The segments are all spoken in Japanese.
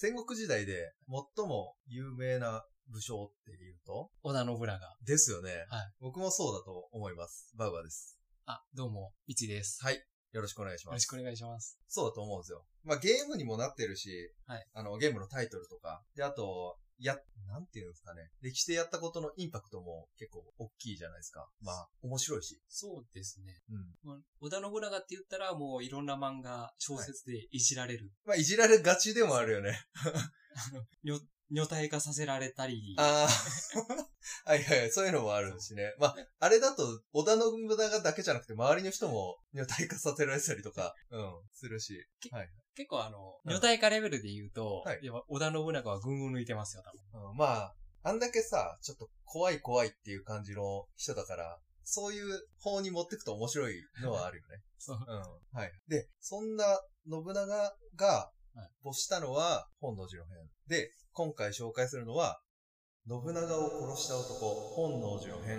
戦国時代で最も有名な武将っていうと織田信長。 ですよね。 はい。 僕もそうだと思います。バウアーです。 どうも、みつです。 はい。よろしくお願いします。 よろしくお願いします。 そうだと思うんですよ。まあゲームにもなってるし、 はい。 ゲームのタイトルとか、で、あと、なんていうんですかね。歴史でやったことのインパクトも結構大きいじゃないですか。まあ、面白いし。 そうですね。 うん。 織田信長って言ったらもういろんな漫画、小説でいじられる。 まあ、いじられがちでもあるよね。 女体化させられたり。 ああ。はいはい、そういうのもあるしね。まあ、あれだと、織田信長だけじゃなくて、周りの人も女体化させられたりとか、するし。はい。 結構女体化レベルで言うと、 はい、 織田信長は群を抜いてますよ、多分。 まあ、あんだけさ、ちょっと怖いっていう感じの人だから、そういう方に持ってくと面白いのはあるよね。 そう。 はい。で、そんな信長が没したのは本能寺の変。で、今回紹介するのは、信長を殺した男、本能寺の変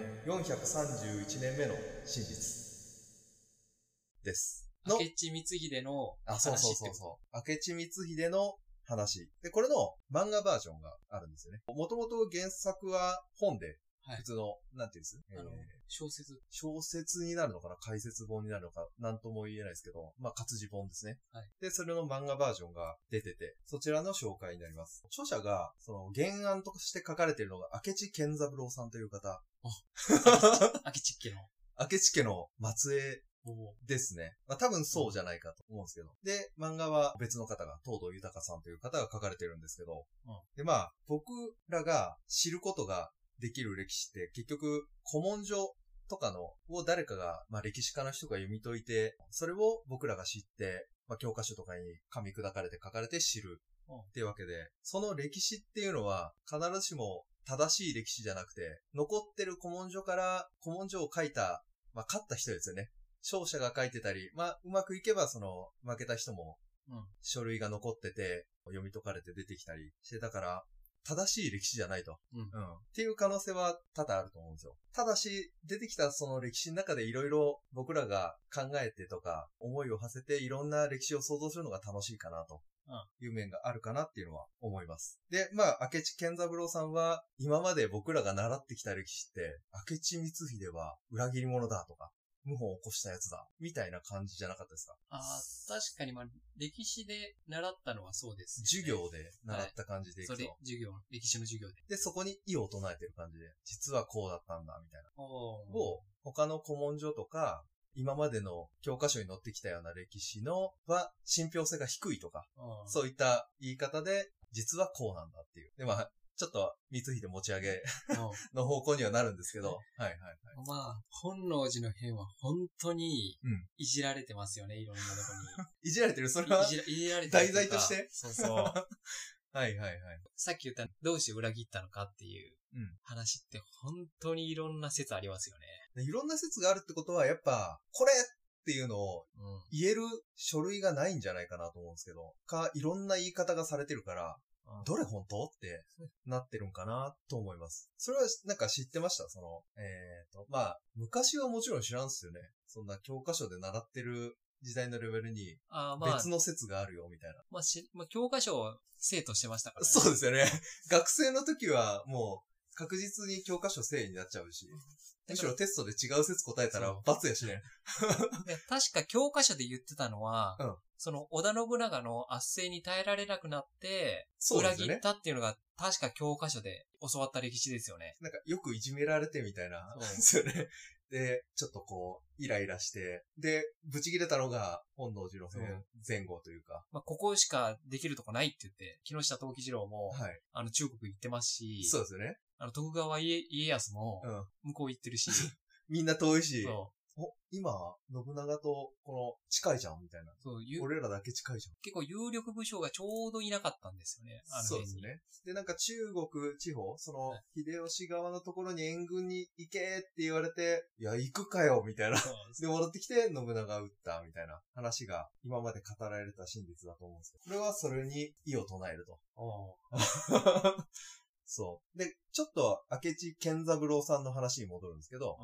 431年目の真実です。 明智光秀の話ってこと。 そう。明智光秀の話。で、これの漫画バージョンがあるんですよね。もともと原作は本で、普通の、なんていうんです小説になるのかな解説本になるのかなんとも言えないですけど、まあ、活字本ですね。 はい。 で、それの漫画バージョンが出てて、そちらの紹介になります。著者が、その、原案として書かれているのが、明智健三郎さんという方。 明智家の。 明智家の末裔ですね。まあ多分そうじゃないかと思うんですけど。で、漫画は別の方が、東堂豊さんという方が書かれてるんですけど。で、まあ、僕らが知ることができる歴史って結局古文書とかのを誰かが、まあ歴史家の人が読み解いて、それを僕らが知って、まあ教科書とかに噛み砕かれて書かれて知るっていうわけで、その歴史っていうのは必ずしも正しい歴史じゃなくて、残ってる古文書から古文書を書いた、まあ勝った人ですよね。勝者が書いてたり、まあうまくいけばその負けた人も書類が残ってて読み解かれて出てきたりしてたから、正しい歴史じゃないと。っていう可能性は多々あると思うんですよ。ただし、出てきたその歴史の中でいろいろ僕らが考えてとか、思いを馳せていろんな歴史を想像するのが楽しいかなと。いう面があるかなっていうのは思います。で、まあ、明智健三郎さんは、今まで僕らが習ってきた歴史って、明智光秀は裏切り者だとか、謀反を起こしたやつだ、みたいな感じじゃなかったですか？ 確かに歴史で習ったのはそうです、ね。 授業で習った感じでいくと。 それ、歴史の授業で。 で、そこに意を唱えてる感じで、実はこうだったんだ、みたいな。他の古文書とか、今までの教科書に載ってきたような歴史のは信憑性が低いとか、そういった言い方で、実はこうなんだっていう。で、まあ、ちょっと、光秀持ち上げの方向にはなるんですけど、 まあ、本能寺の変は本当に、いじられてますよね、いろんなとこに。いじられてる？それは、いじられてる。題材として？ そう。 はい。 さっき言った、どうして裏切ったのかっていう話って本当にいろんな説ありますよね。 いろんな説があるってことは、やっぱ、これっていうのを言える書類がないんじゃないかなと思うんですけど、いろんな言い方がされてるから、どれ本当ってなってるんかなと思います。それはなんか知ってました？まあ、昔はもちろん知らんすよね。そんな教科書で習ってる時代のレベルに別の説があるよみたいな。 まあ、教科書を生徒してましたからね。 そうですよね。学生の時はもう確実に教科書生になっちゃうし。むしろテストで違う説答えたら罰やしね。 確か教科書で言ってたのは、その織田信長の圧政に耐えられなくなって、裏切ったっていうのが確か教科書で教わった歴史ですよね。 なんかよくいじめられてみたいな。そうですよね。で、ちょっとこう、イライラして、で、ブチ切れたのが本能寺の変前後というか。 まあ、ここしかできるとこないって言って、木下藤吉郎も、中国行ってますし、 そうですよね。 徳川家康も、向こう行ってるし。 みんな遠いし。今、信長と、この、近いじゃんみたいな。俺らだけ近いじゃん。 結構有力武将がちょうどいなかったんですよね。 そうですね。で、なんか中国地方、その、秀吉側のところに援軍に行けって言われて、いや、行くかよみたいな。で、戻ってきて、信長撃ったみたいな話が、今まで語られた真実だと思うんですけど、これはそれに異を唱えると。そう。で、ちょっと、明智健三郎さんの話に戻るんですけど、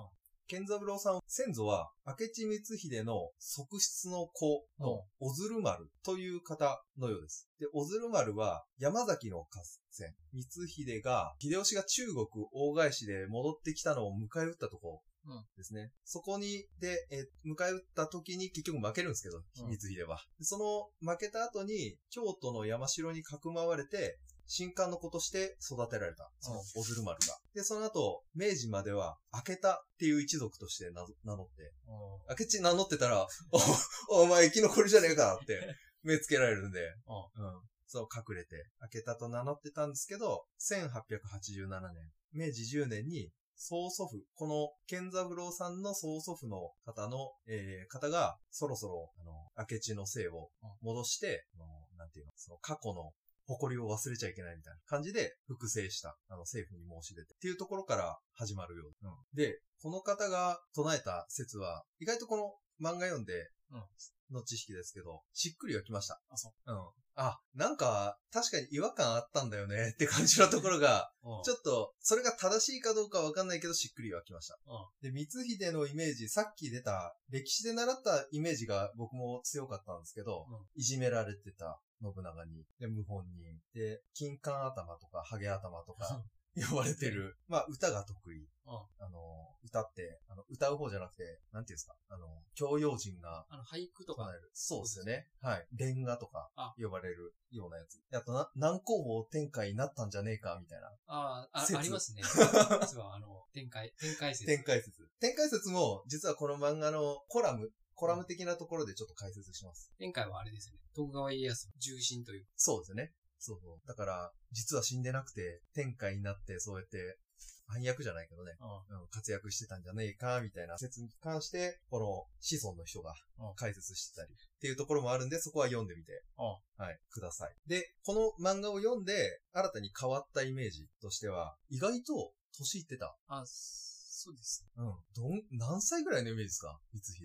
健三郎さん、先祖は、明智光秀の側室の子の小鶴丸という方のようです。で、小鶴丸は山崎の合戦。光秀が、秀吉が中国大返しで戻ってきたのを迎え撃ったところですね。そこに、迎え撃った時に結局負けるんですけど、光秀は。でその負けた後に、京都の山城にかくまわれて、神官の子として育てられた。その小鶴丸が。で、その後、明治までは、明智っていう一族として名乗って、明智名乗ってたら、お前生き残りじゃねえかって目つけられるんで、そう隠れて、明智と名乗ってたんですけど、1887年、明治10年に、曽祖父、この健三郎さんの曽祖父の方の、方が、そろそろ、明智の姓を戻して、なんていうの、その過去の誇りを忘れちゃいけないみたいな感じで複製した、政府に申し出てっていうところから始まるようで、この方が唱えた説は、意外とこの漫画読んで、の知識ですけど、しっくりはきました。なんか、確かに違和感あったんだよねって感じのところが、ちょっと、それが正しいかどうかわかんないけど、しっくりはきました。で、光秀のイメージ、さっき出た、歴史で習ったイメージが僕も強かったんですけど、いじめられてた信長に、で、謀反人、で、金冠頭とか、ハゲ頭とか、呼ばれてる。まあ、歌が得意。歌って、歌う方じゃなくて、なんていうんですか、教養人が。 俳句とか。 そうですよね。はい。レンガとか、呼ばれるようなやつ。あと南高法天下になったんじゃねえか、みたいな。 ありますね。実は、展開説。 展開説も、実はこの漫画のコラム的なところでちょっと解説します。 展開はあれですね。徳川家康の重臣という。 そうですね。そう。だから、実は死んでなくて、天下になって、そうやって、暗躍じゃないけどね、活躍してたんじゃねえか、みたいな説に関して、この子孫の人が解説してたりっていうところもあるんで、そこは読んでみて、はい、ください。で、この漫画を読んで、新たに変わったイメージとしては、意外と年いってた。 そうです。 何歳ぐらいのイメージですか？光秀。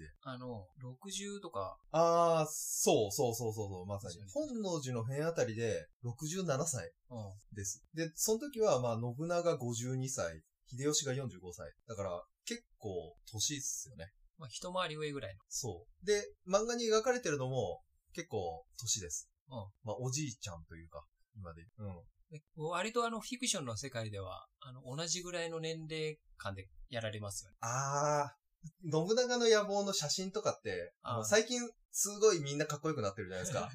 60とか。 そう、まさに。本能寺の変あたりで67歳です。で、その時は、信長52歳、秀吉が45歳。だから、結構、年っすよね。 一回り上ぐらいの。 そう。で、漫画に描かれてるのも、結構、年です。おじいちゃんというか、今で。 割とフィクションの世界では、同じぐらいの年齢間でやられますよね。 信長の野望の写真とかって、最近、すごいみんなかっこよくなってるじゃないですか。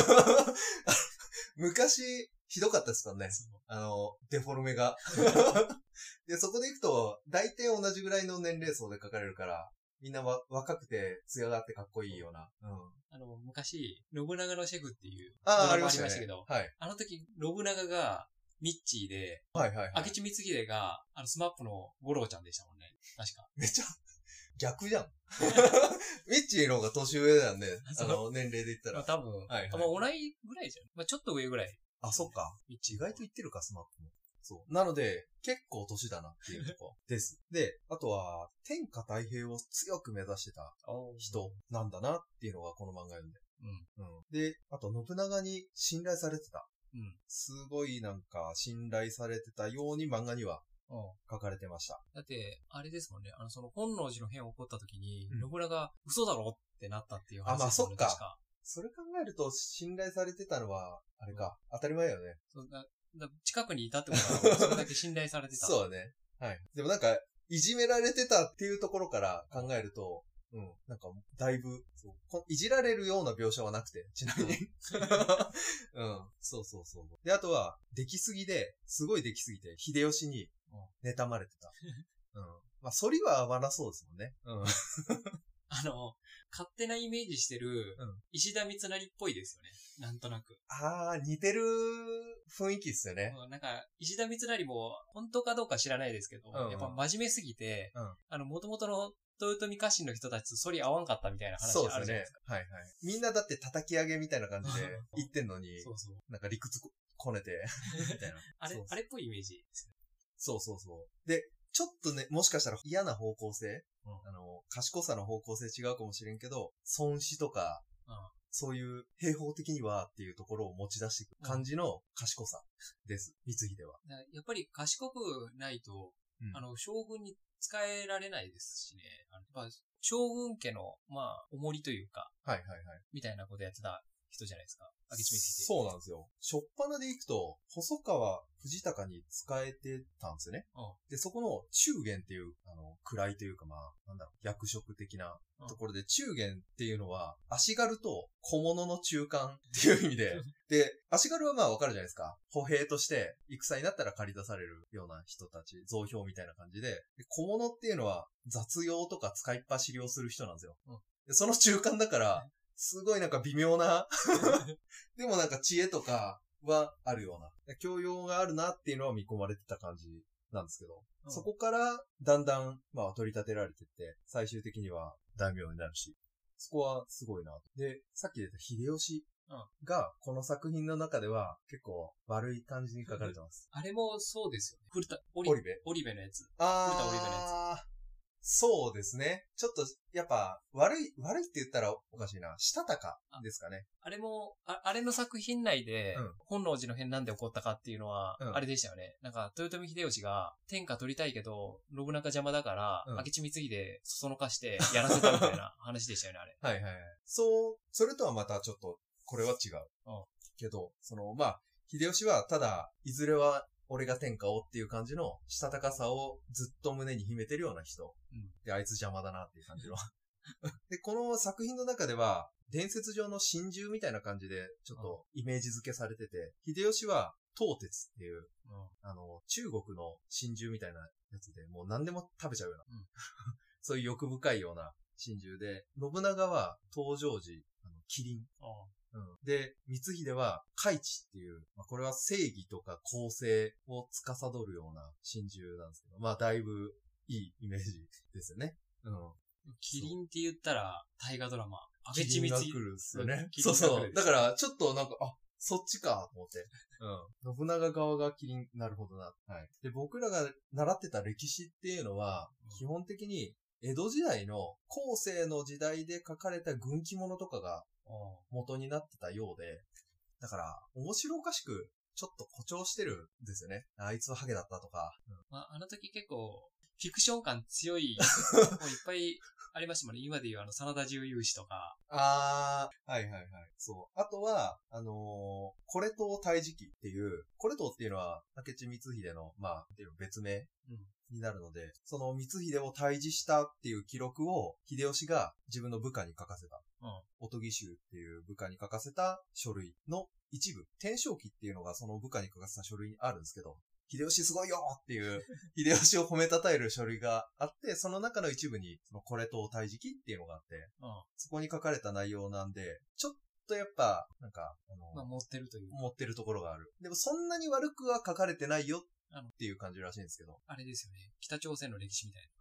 昔、ひどかったですからね。デフォルメが。で、そこで行くと、大体同じぐらいの年齢層で描かれるから、みんな若くて、艶があってかっこいいような。 昔、信長のシェフっていうドラマありましたけど、 はい。 あの時、信長がミッチーで、明智光秀が、スマップの五郎ちゃんでしたもんね。確か。 めっちゃ、逆じゃん。ミッチーの方が年上だよね。年齢で言ったら。 多分。同いぐらいじゃん。ちょっと上ぐらい。 そっか。ミッチー意外と言ってるか、スマップも。そう。なので、結構年だなっていうとこです。で、あとは、天下太平を強く目指してた人なんだなっていうのがこの漫画読んで。で、あと、信長に信頼されてた。すごい信頼されてたように漫画には書かれてました。 だって、あれですもんね。その本能寺の変起こった時に、信長嘘だろってなったっていう話ですもんね。 そっか。それ考えると、信頼されてたのは、あれか、当たり前よね。 近くにいたってことは、それだけ信頼されてた。 そうね。はい。でもいじめられてたっていうところから考えると、だいぶ、いじられるような描写はなくて、ちなみに。そう。で、あとは、すごい出来すぎて、秀吉に妬まれてた。反りは合わなそうですもんね。 勝手なイメージしてる、石田三成っぽいですよね。なんとなく。 似てる雰囲気っすよね。 石田三成も、本当かどうか知らないですけど、やっぱ真面目すぎて、元々の豊臣家臣の人たちと反り合わんかったみたいな話あるじゃないですか。 そうですね。はい。みんなだって叩き上げみたいな感じで言ってんのに、理屈こねて、みたいな。 あれっぽいイメージですね。 そう。で、ちょっとね、もしかしたら嫌な方向性、賢さの方向性違うかもしれんけど、孫子とか、そういう平方的にはっていうところを持ち出していく感じの賢さです。光秀は。 やっぱり賢くないと将軍に使えられないですしね。将軍家の、おりというか、みたいなことやってた人じゃないですか。明智光秀。 そうなんですよ。初っ端で行くと、細川藤孝に使えてたんですよね。で、そこの中元っていう、位というか役職的なところで、中元っていうのは、足軽と小物の中間っていう意味で、で、足軽はわかるじゃないですか。歩兵として、戦になったら借り出されるような人たち、増票みたいな感じで、小物っていうのは雑用とか使いっ走りをする人なんですよ。でその中間だから、すごい微妙なでも知恵とかはあるような。教養があるなっていうのは見込まれてた感じなんですけど、そこからだんだん、取り立てられてって、最終的には大名になるし、そこはすごいな。で、さっき出た秀吉が、この作品の中では結構悪い感じに書かれてます。 あれもそうですよね。織部のやつ。古田織部のやつ。 そうですね。ちょっと、やっぱ、悪いって言ったらおかしいな。したたかですかね。 あれも、あれの作品内で、本能寺の変なんで起こったかっていうのは、あれでしたよね。豊臣秀吉が天下取りたいけど、信長邪魔だから、明智光秀そそのかしてやらせたみたいな話でしたよね、あれ。 それとはまたちょっと、これは違う。けど、秀吉はただ、いずれは、俺が天下をっていう感じのしたたかさをずっと胸に秘めてるような人。で、あいつ邪魔だなっていう感じの。で、この作品の中では、伝説上の神獣みたいな感じで、ちょっとイメージ付けされてて、秀吉は、東鉄っていう、中国の神獣みたいなやつで、もう何でも食べちゃうような、そういう欲深いような神獣で、信長は、東条寺、麒麟。で、光秀は、海地っていう、これは正義とか公正を司るような神獣なんですけど、だいぶいいイメージですよね。 麒麟って言ったら、大河ドラマ、 明智光秀。麒麟が来るんですよね。そう。だから、ちょっとそっちか、と思って。信長側が麒麟、なるほどな。で、僕らが習ってた歴史っていうのは、基本的に、江戸時代の後世の時代で書かれた軍記物とかが元になってたようで、だから面白おかしくちょっと誇張してるんですよね。あいつはハゲだったとか。 あの時結構フィクション感強いもういっぱいありましたもんね。今で言う真田重勇士とか。 そう。あとは、これと大時記っていう、これとっていうのは明智光秀の別名。になるので、その光秀を退治したっていう記録を秀吉が自分の部下に書かせた、おとぎ衆っていう部下に書かせた書類の一部、天正記っていうのがその部下に書かせた書類にあるんですけど、秀吉すごいよっていう、秀吉を褒めたたえる書類があって、その中の一部に、そのこれと退治記っていうのがあって、そこに書かれた内容なんで、ちょっとやっぱ、 持ってるという。 持ってるところがある。でもそんなに悪くは書かれてないよっていう感じらしいんですけど。 あれですよね。北朝鮮の歴史みたい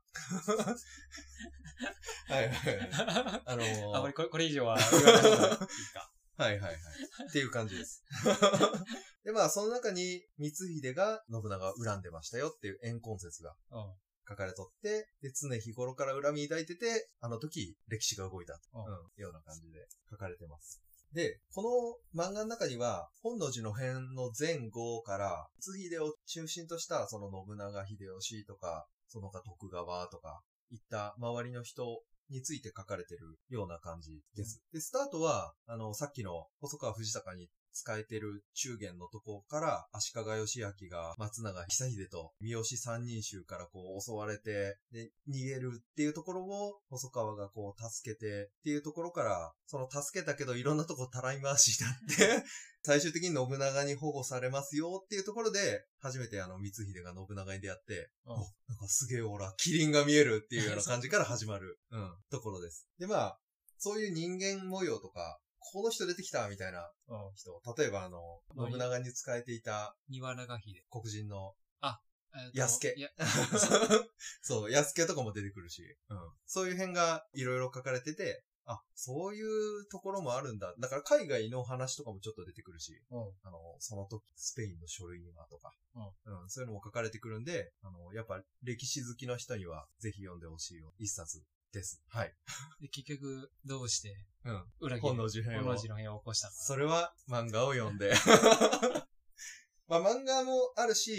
な。 あまりこれ以上は言わない方がいいか。 っていう感じです。で、その中に、光秀が信長を恨んでましたよっていう怨恨説が書かれとって、で、常日頃から恨み抱いてて、あの時、歴史が動いたというような感じで書かれてます。で、この漫画の中には、本能寺の変の前後から、光秀を中心としたその信長秀吉とか、その他徳川とか、いった周りの人について書かれてるような感じです。で、スタートは、さっきの細川藤孝に使えてる中元のとこから足利義昭が松永久秀と三好三人衆から襲われて、で、逃げるっていうところを細川が助けてっていうところから、その助けたけどいろんなとこたらい回しになって最終的に信長に保護されますよっていうところで、初めて光秀が信長に出会って、すげえオーラ、麒麟が見えるっていうような感じから始まる、ところです。で、そういう人間模様とか、この人出てきたみたいな人。例えば信長に仕えていた、 庭長秀。 黒人の、 安家。 そう、安家とかも出てくるし、そういう辺がいろいろ書かれてて、そういうところもあるんだ。だから海外の話とかもちょっと出てくるし、その時、スペインの書類にはとか、そういうのも書かれてくるんで、やっぱ歴史好きの人にはぜひ読んでほしい一冊です。はい。 で、結局、どうして、 本能寺の変を起こしたか。 それは漫画を読んで。漫画もあるし、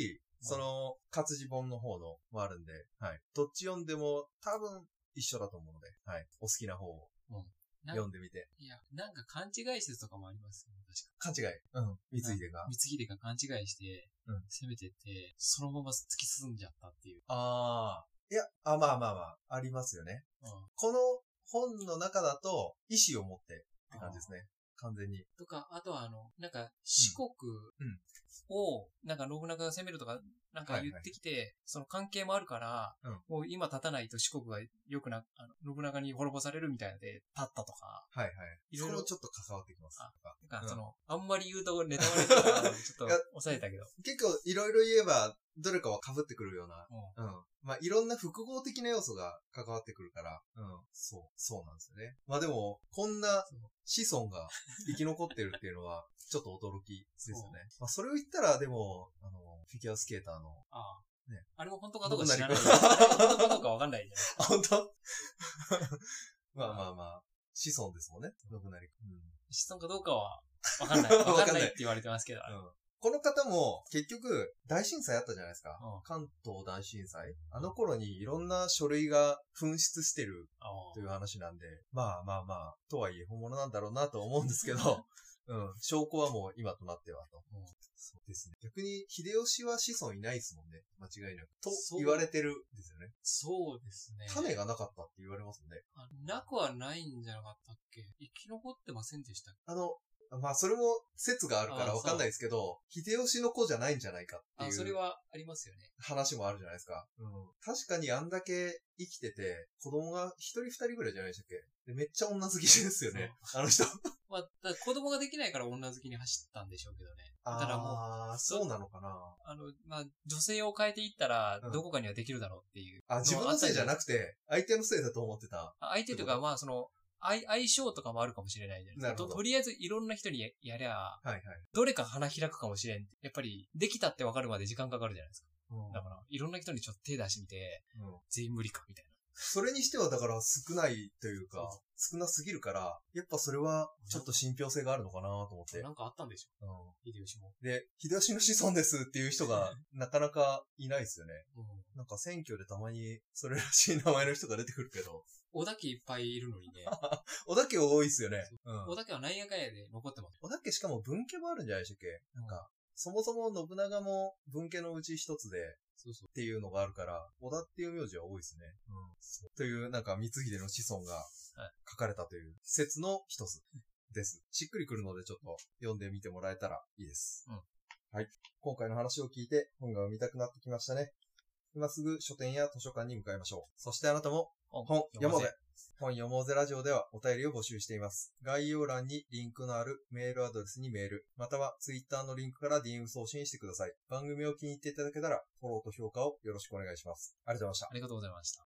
その、活字本の方のもあるんで、はい。どっち読んでも多分一緒だと思うので、はい。お好きな方を読んでみて。 いや、なんか勘違い説とかもありますよね、 確か。勘違い。うん。光秀が。 光秀が勘違いして、攻めてって、そのまま突き進んじゃったっていう。 ああ。いや、まあ、ありますよね。この本の中だと、意志を持ってって感じですね。完全に。 とか、あとはなんか四国を、なんか信長が攻めるとか、なんか言ってきて、その関係もあるから、もう今立たないと四国が良くな、信長に滅ぼされるみたいなので、立ったとか。 はいはい。いろいろちょっと関わってきます。 なんかあんまり言うとネタバレとか、ちょっと抑えたけど。 結構いろいろ言えば、どれかは被ってくるような。まあ、いろんな複合的な要素が関わってくるから。そうなんですよね。まあでも、こんな子孫が生き残ってるっていうのは、ちょっと驚きですよね。まあ、それを言ったら、でも、フィギュアスケーターの、 ね。あれも本当かどうか知らない。本当かどうかわかんないじゃん。 本当まあ、子孫ですもんね。信成君。 子孫かどうかはわかんない。わかんないって言われてますけど。 この方も結局大震災あったじゃないですか。関東大震災。あの頃にいろんな書類が紛失してるという話なんで、まあ、とはいえ本物なんだろうなと思うんですけど、証拠はもう今となってはと。そうですね。逆に秀吉は子孫いないですもんね。間違いなく。と言われてるんですよね。 そうですね。 種がなかったって言われますもんね。 なくはないんじゃなかったっけ？生き残ってませんでしたっけ？ まあ、それも説があるからわかんないですけど、秀吉の子じゃないんじゃないかっていう。 それはありますよね。 話もあるじゃないですか。確かにあんだけ生きてて、子供が一人二人ぐらいじゃないでしたっけ？でめっちゃ女好きですよね。あの人。 まあ、子供ができないから女好きに走ったんでしょうけどね。ただもう。 そうなのかな。 まあ、女性を変えていったら、どこかにはできるだろうっていう。 自分のせいじゃなくて、相手のせいだと思ってた。 相手というか、まあ、相性とかもあるかもしれないじゃないですか。とりあえずいろんな人にやりゃ、どれか花開くかもしれん。やっぱり、できたって分かるまで時間かかるじゃないですか。だから、いろんな人にちょっと手出してみて、全員無理か、みたいな。 それにしてはだから少ないというか、少なすぎるから、やっぱそれはちょっと信憑性があるのかなと思って。 なんかあったんでしょ。秀吉も。 で、秀吉の子孫ですっていう人がなかなかいないですよね。なんか選挙でたまにそれらしい名前の人が出てくるけど。 織田家いっぱいいるのにね。 織田家多いですよね。 織田家はなんやかんやで残ってます。 織田家しかも分家もあるんじゃないでしたっけ？なんか、そもそも信長も分家のうち一つで、っていうのがあるから、織田っていう名字は多いですね。という、なんか、光秀の子孫が書かれたという説の一つです。しっくりくるのでちょっと読んでみてもらえたらいいです。はい。今回の話を聞いて本が読みたくなってきましたね。今すぐ書店や図書館に向かいましょう。そしてあなたも本読もうぜ。本読もうぜラジオではお便りを募集しています。概要欄にリンクのあるメールアドレスにメール、またはツイッターのリンクから DM 送信してください。番組を気に入っていただけたらフォローと評価をよろしくお願いします。ありがとうございました。 ありがとうございました。